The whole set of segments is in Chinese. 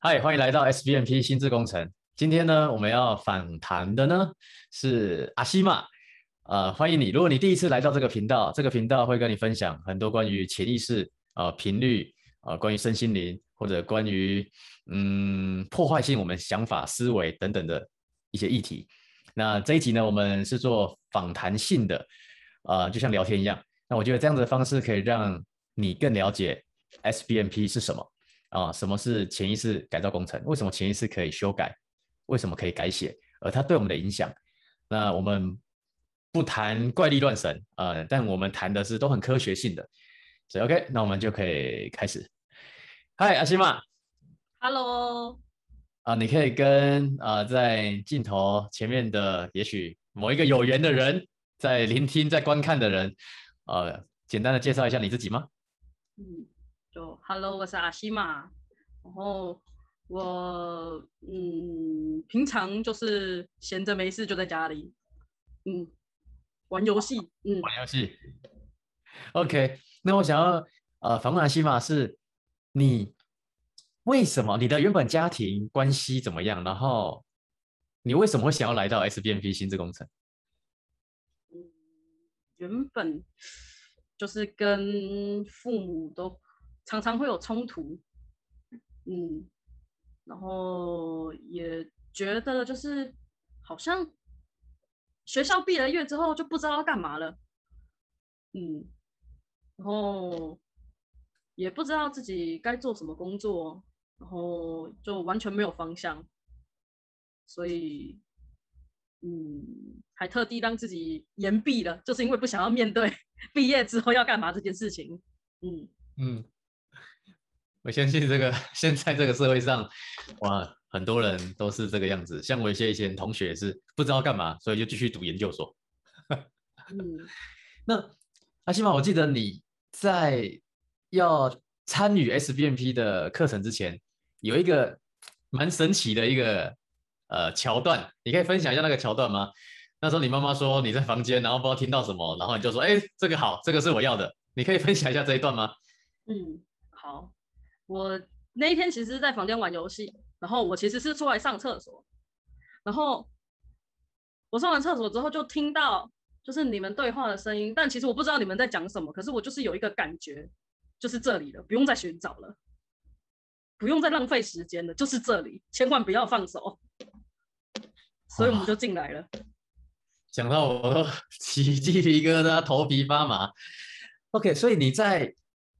嗨，欢迎来到 SBNP 心智工程。今天呢，我们要访谈的呢是阿西玛。欢迎你。如果你第一次来到这个频道，这个频道会跟你分享很多关于潜意识、频率、关于身心灵，或者关于破坏性我们想法、思维等等的一些议题。那这一集呢，我们是做访谈性的，就像聊天一样。那我觉得这样子的方式可以让你更了解 SBNP 是什么。什么是潜意识改造工程？为什么潜意识可以修改？为什么可以改写？而它对我们的影响？那我们不谈怪力乱神，但我们谈的是都很科学性的。所以 OK，那我们就可以开始。嗨，阿西玛。 Hello， 你可以跟在镜头前面的也许某一个有缘的人，在聆听、在观看的人，简单的介绍一下你自己吗？ Hello，我是阿西玛，然后平常就是闲着没事就在家里，玩游戏， 玩游戏。OK，那我想要访问阿西玛是，你为什么你的原本家庭关系怎么样？然后你为什么会想要来到 SBNP 心智工程？ 嗯，原本就是跟父母都常常会有冲突，嗯，然后也觉得就是好像学校毕了业之后就不知道要干嘛了，嗯，然后也不知道自己该做什么工作，然后就完全没有方向，所以还特地让自己延毕了，就是因为不想要面对毕业之后要干嘛这件事情。嗯嗯，我相信这个现在这个社会上，哇，很多人都是这个样子。像我一些以前同学也是不知道干嘛，所以就继续读研究所。 嗯那阿西玛，我记得你在要参与 SBNP 的课程之前，有一个蛮神奇的一个桥段，你可以分享一下那个桥段吗？那时候你妈妈说你在房间，然后不知道听到什么，然后你就说：“哎，这个好，这个是我要的。”你可以分享一下这一段吗？ 嗯，好，我那一天其实是在房间玩游戏，然后我其实是出来上厕所，然后我上完厕所之后就听到就是你们对话的声音，但其实我不知道你们在讲什么，可是我就是有一个感觉，就是这里了，不用再寻找了，不用再浪费时间了，就是这里，千万不要放手。所以我们就哇， 进来了。 讲到我都起鸡皮疙瘩，头皮发麻。OK，所以你在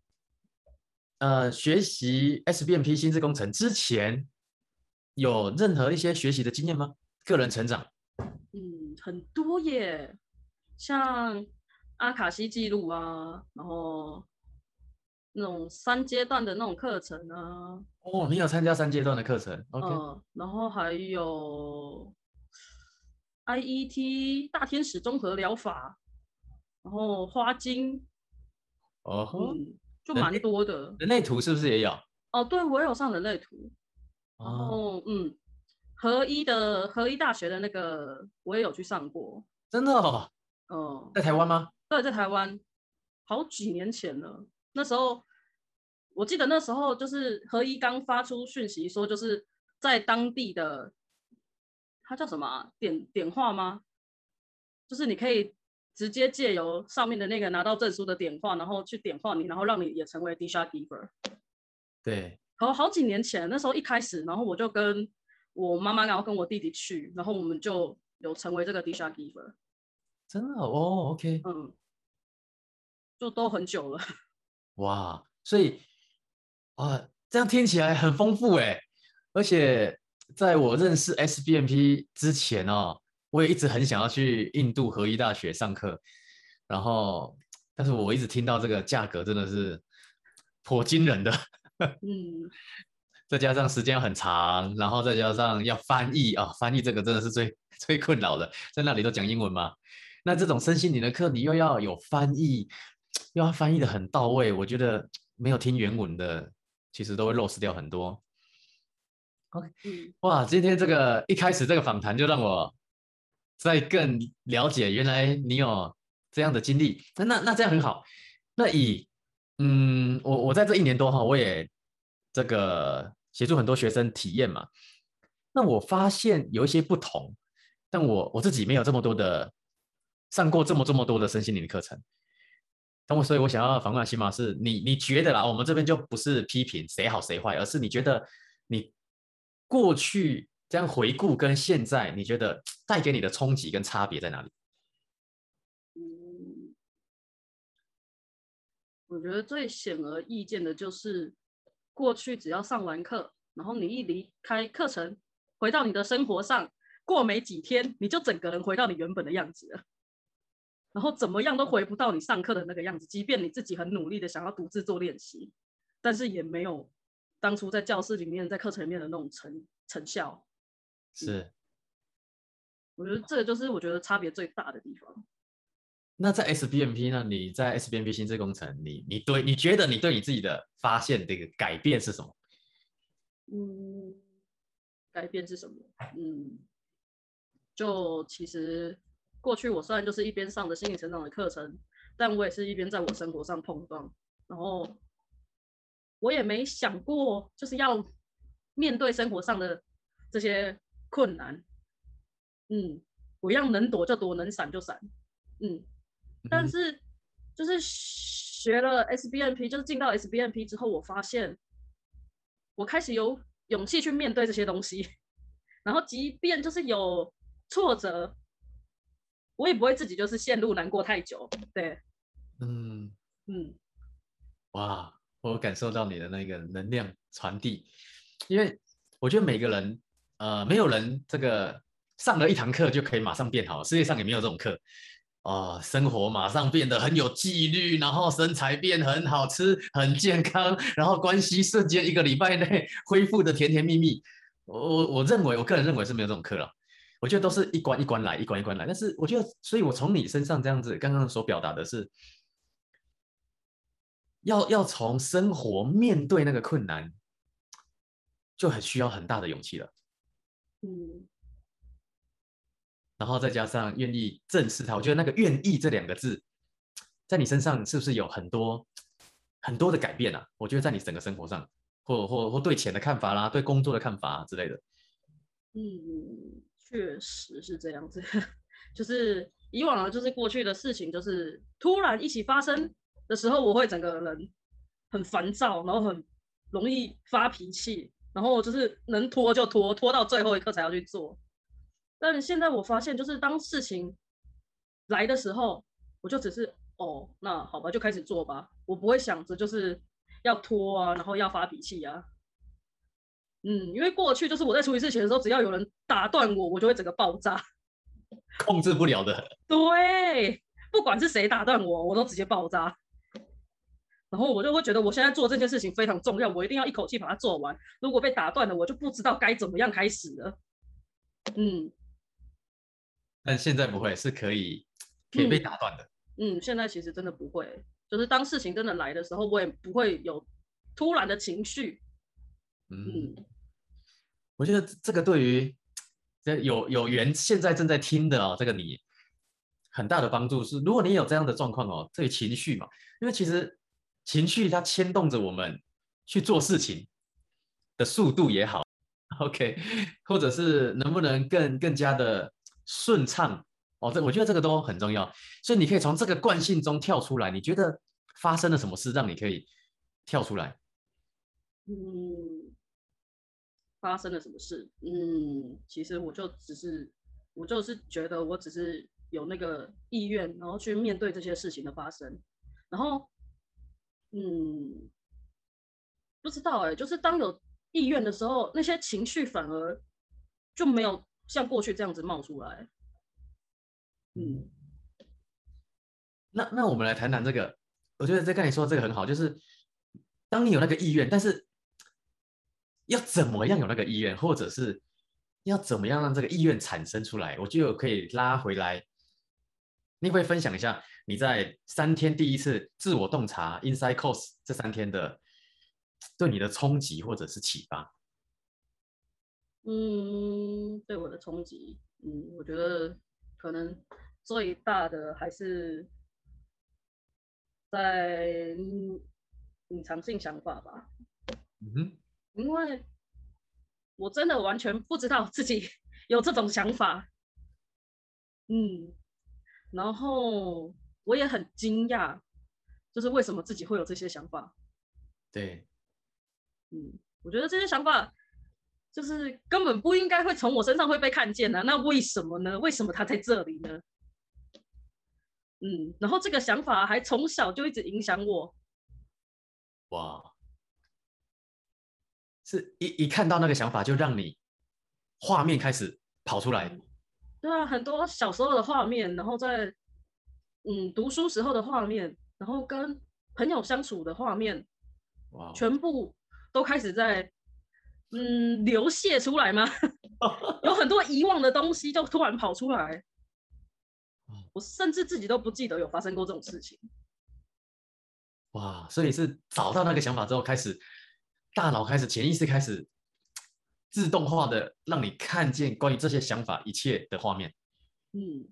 学习 SBNP 心智工程之前，有任何一些学习的经验吗？个人成长？ 很多耶，像阿卡西记录啊，然后那种3阶段的那种课程啊， 哦，你有参加3阶段的课程？OK。 然后还有 IET 大天使综合疗法，然后花精， 哦吼， 就蛮人类多的。 人类图是不是也有？ 哦，对，我有上人类图，然哦， 后合一大学的那个我也有去上过， 真的哦， 嗯， 在台湾吗？ 对，在台湾好几年前了。那时候我记得那时候就是合一刚发出讯息说，就是在当地的它叫什么点化吗？就是你可以直接借由上面的那个拿到证书的点化，然后去点化你，然后让你也成为 Disha Giver。 对， 好几年前，那时候一开始，然后我就跟我妈妈，然后跟我弟弟去，然后我们就有成为这个 Disha Giver。 真的哦，OK， 嗯，就都很久了。 哇，所以这样听起来很丰富诶，而且在我认识 SBNP 之前哦，我也一直很想要去印度合一大学上课，然后，但是我一直听到这个价格真的是颇惊人的， 嗯再加上时间很长，然后再加上要翻译翻译这个真的是最困扰的，在那里都讲英文嘛。那这种身心灵的课，你又要有翻译，又要翻译的很到位，我觉得没有听原文的，其实都会 lost 掉很多。OK， 嗯哇，今天这个一开始这个访谈就让我再更了解，原来你有这样的经历，那这样很好。那我在这1年多哈，我也这个协助很多学生体验嘛。那我发现有一些不同，但我自己没有这么多的上过这么多的身心灵的课程。所以我想要访问阿西玛是，你觉得啦，我们这边就不是批评谁好谁坏，而是你觉得你过去这样回顾跟现在，你觉得带给你的冲击跟差别在哪里？ 嗯，我觉得最显而易见的就是，过去只要上完课，然后你一离开课程，回到你的生活上，过没几天，你就整个人回到你原本的样子了。然后怎么样都回不到你上课的那个样子，即便你自己很努力的想要独自做练习，但是也没有当初在教室里面、在课程里面的那种成效。 是。 我觉得这个就是我觉得差别最大的地方。 那在 SBNP 呢？你在 SBNP 心智工程，你觉得你对你自己的发现这个改变是什么？ 嗯，改变是什么？就其实过去我虽然就是一边上着心理成长的课程，但我也是一边在我生活上碰撞，然后我也没想过就是要面对生活上的这些困难。我一样能躲就躲，能闪就闪。但嗯， 是就是学了 SBNP，就是进到 SBNP 之后，我发现我开始有勇气去面对这些东西，然后即便就是有挫折，我也不会自己就是陷入难过太久。对。 嗯， 嗯哇，我感受到你的那个能量传递，因为我觉得每个人，没有人这个上了一堂课就可以马上变好，世界上也没有这种课。生活马上变得很有纪律，然后身材变很好吃、很健康，然后关系瞬间一个礼拜内恢复的甜甜蜜蜜。我个人认为是没有这种课了。我觉得都是一关一关来，一关一关来。但是我觉得，所以我从你身上这样子刚刚所表达的是，要从生活面对那个困难，就很需要很大的勇气了。 嗯然后再加上愿意正视它，我觉得那个“愿意”这两个字，在你身上是不是有很多的改变啊？我觉得在你整个生活上，或对钱的看法啦，对工作的看法之类的。 确实是这样子。就是以往的，就是过去的事情，就是突然一起发生的时候，我会整个人很烦躁，然后很容易发脾气，然后就是能拖就拖，拖到最后一刻才要去做。但现在我发现，就是当事情来的时候，我就只是那好吧，就开始做吧。我不会想着就是要拖啊，然后要发脾气啊。因为过去就是我在处理事情的时候，只要有人打断我，我就会整个爆炸。 控制不了的。 对，不管是谁打断我，我都直接爆炸。然后我就会觉得我现在做这件事情非常重要，我一定要一口气把它做完。如果被打断了，我就不知道该怎么样开始了。嗯但现在不会，是可以被嗯打断的。 现在其实真的不会，就是当事情真的来的时候，我也不会有突然的情绪。 嗯， 嗯我觉得这个对于有缘现在正在听的这个你很大的帮助是，如果你有这样的状况这个情绪嘛，因为其实情绪它牵动着我们去做事情的速度也好，OK，或者是能不能更加的顺畅我觉得这个都很重要。所以你可以从这个惯性中跳出来，你觉得发生了什么事让你可以跳出来？ 嗯，发生了什么事？其实我就是觉得我只是有那个意愿，然后去面对这些事情的发生。然后嗯，不知道就是当有意愿的时候，那些情绪反而就没有像过去这样子冒出来。 嗯， 嗯那我们来谈谈这个，我觉得在跟你说这个很好，就是当你有那个意愿，但是要怎么样有那个意愿，或者是要怎么样让这个意愿产生出来，我觉得我可以拉回来。你会分享一下你在3天第一次自我洞察 Inside Course 这3天的对你的冲击或者是启发？ 对我的冲击，我觉得可能最大的还是在隐藏性想法吧。 嗯哼。 因为我真的完全不知道自己有这种想法，然后我也很惊讶，就是为什么自己会有这些想法。 对， 我觉得这些想法就是根本不应该会从我身上会被看见的，那为什么呢？为什么他在这里呢？然后这个想法还从小就一直影响我。 哇，是一看到那个想法就让你画面开始跑出来。 对啊，很多小时候的画面，然后在读书时候的画面，然后跟朋友相处的画面， 哇， 全部都开始在流泻出来吗？有很多遗忘的东西就突然跑出来，我甚至自己都不记得有发生过这种事情。 哇，所以是找到那个想法之后，开始大脑开始潜意识开始自动化的让你看见关于这些想法一切的画面。 嗯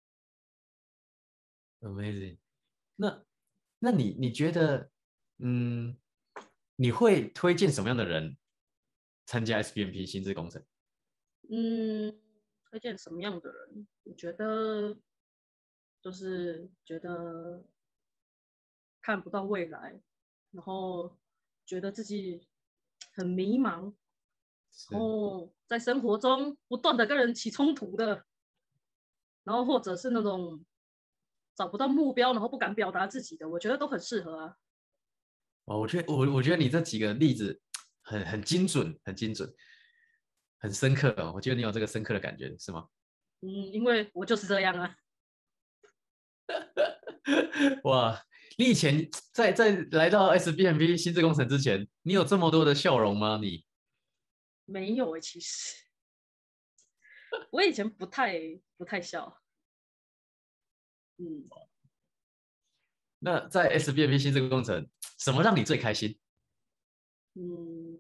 Amazing。那你觉得，你会推荐什么样的人参加 SBNP 心智工程？ 嗯，推荐什么样的人？我觉得就是觉得看不到未来，然后觉得自己很迷茫，然是， 后在生活中不断的跟人起冲突的，然后或者是那种找不到目标，然后不敢表达自己的，我觉得都很适合啊。 哦，我觉得你这几个例子很精准，很精准，很深刻哦。我觉得你有这个深刻的感觉，是吗？ 因为我就是这样啊。 哇，你以前在来到 SBNP 心智工程之前，你有这么多的笑容吗？你？ 没有其实我以前不太笑。嗯那在 SBNP 心智工程，什么让你最开心？ 嗯，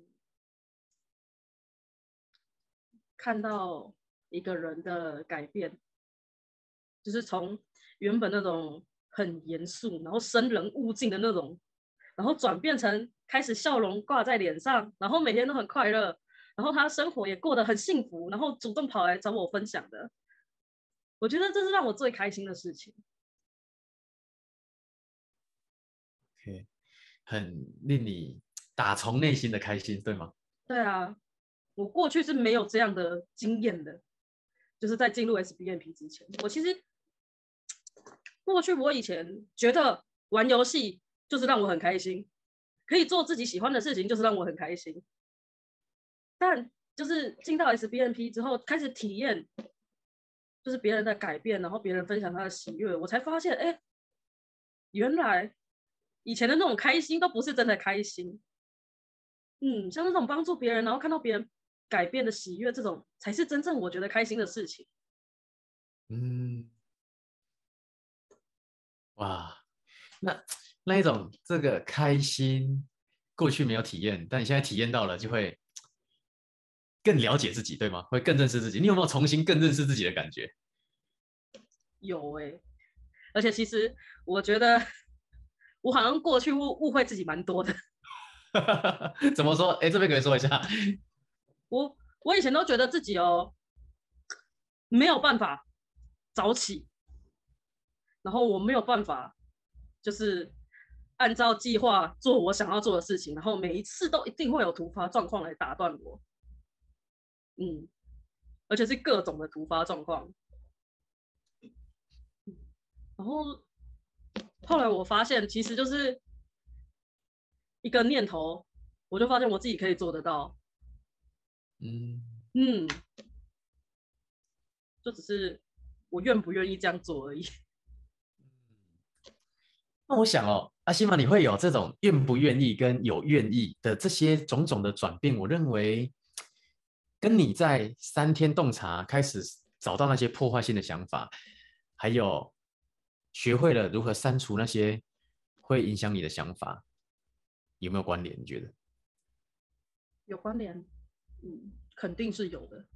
看到一个人的改变，就是从原本那种很严肃，然后生人勿近的那种，然后转变成开始笑容挂在脸上，然后每天都很快乐，然后他生活也过得很幸福，然后主动跑来找我分享的。我觉得这是让我最开心的事情。 OK，很令你打从内心的开心，对吗？ 对啊，我过去是没有这样的经验的，就是在进入 SBNP 之前，我其实过去我以前觉得玩游戏就是让我很开心，可以做自己喜欢的事情就是让我很开心。但就是进到 SBNP 之后，开始体验就是别人的改变，然后别人分享他的喜悦，我才发现，哎，原来以前的那种开心都不是真的开心。像那种帮助别人，然后看到别人改变的喜悦，这种才是真正我觉得开心的事情。 嗯，哇，那一种这个开心，过去没有体验，但你现在体验到了，就会更了解自己，对吗？会更认识自己。你有没有重新更认识自己的感觉？ 有而且其实我觉得我好像过去误会自己蛮多的。 怎么说？哎，这边可以说一下。 我以前都觉得自己没有办法早起，然后我没有办法就是按照计划做我想要做的事情，然后每一次都一定会有突发状况来打断我。嗯，而且是各种的突发状况。然后后来我发现，其实就是一个念头，我就发现我自己可以做得到。 嗯， 嗯，就只是我愿不愿意这样做而已。 那我想哦，阿西玛，你会有这种愿不愿意跟有愿意的这些种种的转变，我认为跟你在3天洞察开始找到那些破坏性的想法，还有学会了如何删除那些会影响你的想法，有没有关联？你觉得？ 有关联，肯定是有的。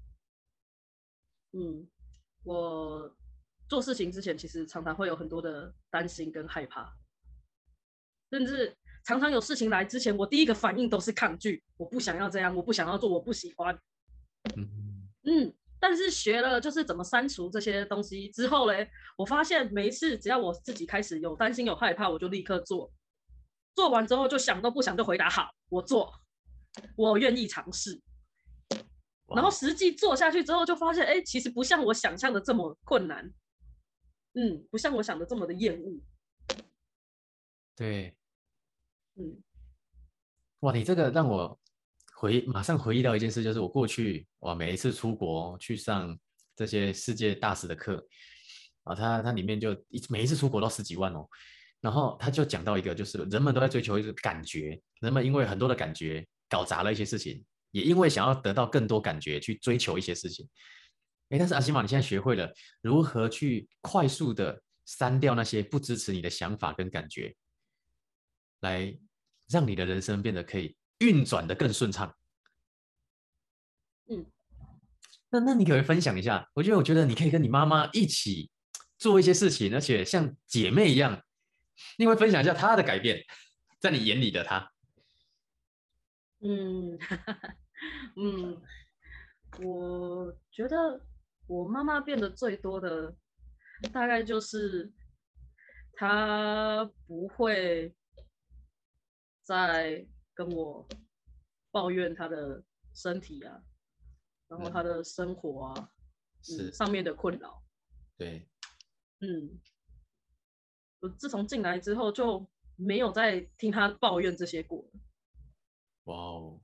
嗯，我做事情之前，其实常常会有很多的担心跟害怕，甚至常常有事情来之前，我第一个反应都是抗拒，我不想要这样，我不想要做，我不喜欢。但是学了就是怎么删除这些东西之后嘞，我发现每一次只要我自己开始有担心有害怕，我就立刻做，做完之后就想都不想就回答好，我做，我愿意尝试。然后实际做下去之后，就发现，哎，其实不像我想象的这么困难，不像我想的这么的厌恶。 对， 哇， 你这个让我马上回忆到一件事，就是我过去每一次出国去上这些世界大使的课它里面就每一次出国都10几万哦，然后他就讲到一个，就是人们都在追求一个感觉，人们因为很多的感觉搞砸了一些事情，也因为想要得到更多感觉去追求一些事情。但是阿西玛，你现在学会了如何去快速的删掉那些不支持你的想法跟感觉，来让你的人生变得可以运转的更顺畅。那你可不可以分享一下？我觉得你可以跟你妈妈一起做一些事情，而且像姐妹一样，你会分享一下她的改变，在你眼里的她。 我觉得我妈妈变得最多的，大概就是她不会再跟我抱怨她的身体啊，然后她的生活啊，上面的困扰。 对， 我自从进来之后就没有再听她抱怨这些过了。 哇哦，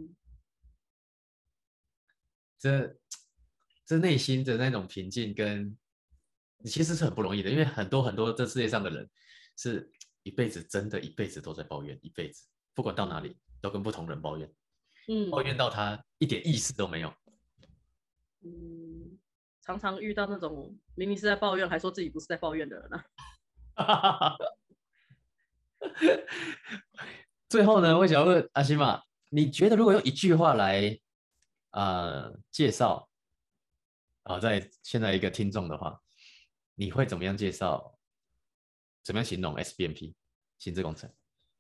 这内心的那种平静跟其实是很不容易的，因为很多很多这世界上的人是一辈子真的一辈子都在抱怨，一辈子不管到哪里都跟不同人抱怨，抱怨到他一点意思都没有。 常常遇到那种明明是在抱怨，还说自己不是在抱怨的人啊。 最后呢，我想问阿西玛，你觉得如果用一句话来介绍在现在一个听众的话，你会怎么样介绍？怎么样形容 SBNP 心智工程？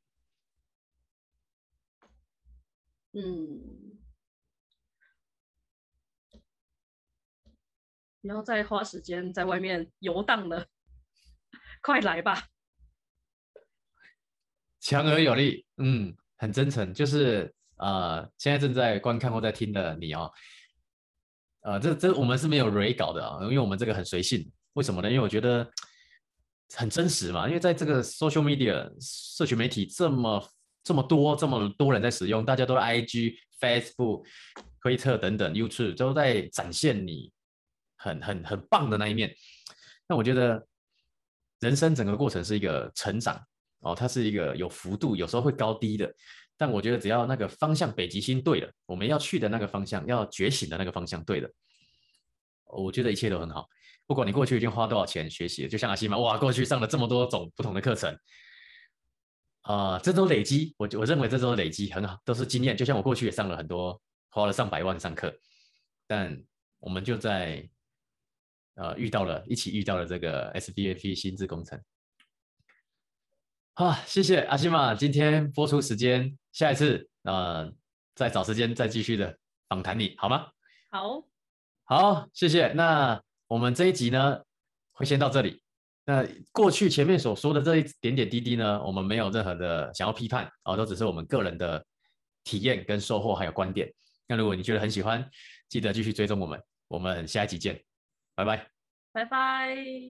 不要再花时间在外面游荡了，快来吧！ 强而有力，很真诚，就是现在正在观看或在听的你哦，这我们是没有 re 稿的因为我们这个很随性，为什么呢？因为我觉得很真实嘛，因为在这个 social media 社群媒体这么多人在使用，大家都在 IG、Facebook、推特等等 YouTube 都在展现你很棒的那一面。那我觉得人生整个过程是一个成长它是一个有幅度，有时候会高低的。但我觉得只要那个方向北极星对了，我们要去的那个方向，要觉醒的那个方向对了，我觉得一切都很好。不管你过去已经花多少钱学习了，就像阿西玛，哇，过去上了这么多种不同的课程，这都累积，我认为这都累积很好，都是经验。就像我过去也上了很多，花了上百万上课，但我们就在一起遇到了这个 SBNP 心智工程。好，谢谢阿西玛今天播出时间，下一次再找时间再继续的访谈你好吗？好，谢谢。那我们这一集呢会先到这里。那过去前面所说的这一点点滴滴呢，我们没有任何的想要批判都只是我们个人的体验跟收获还有观点。那如果你觉得很喜欢，记得继续追踪我们，我们下一集见，拜拜。 拜拜。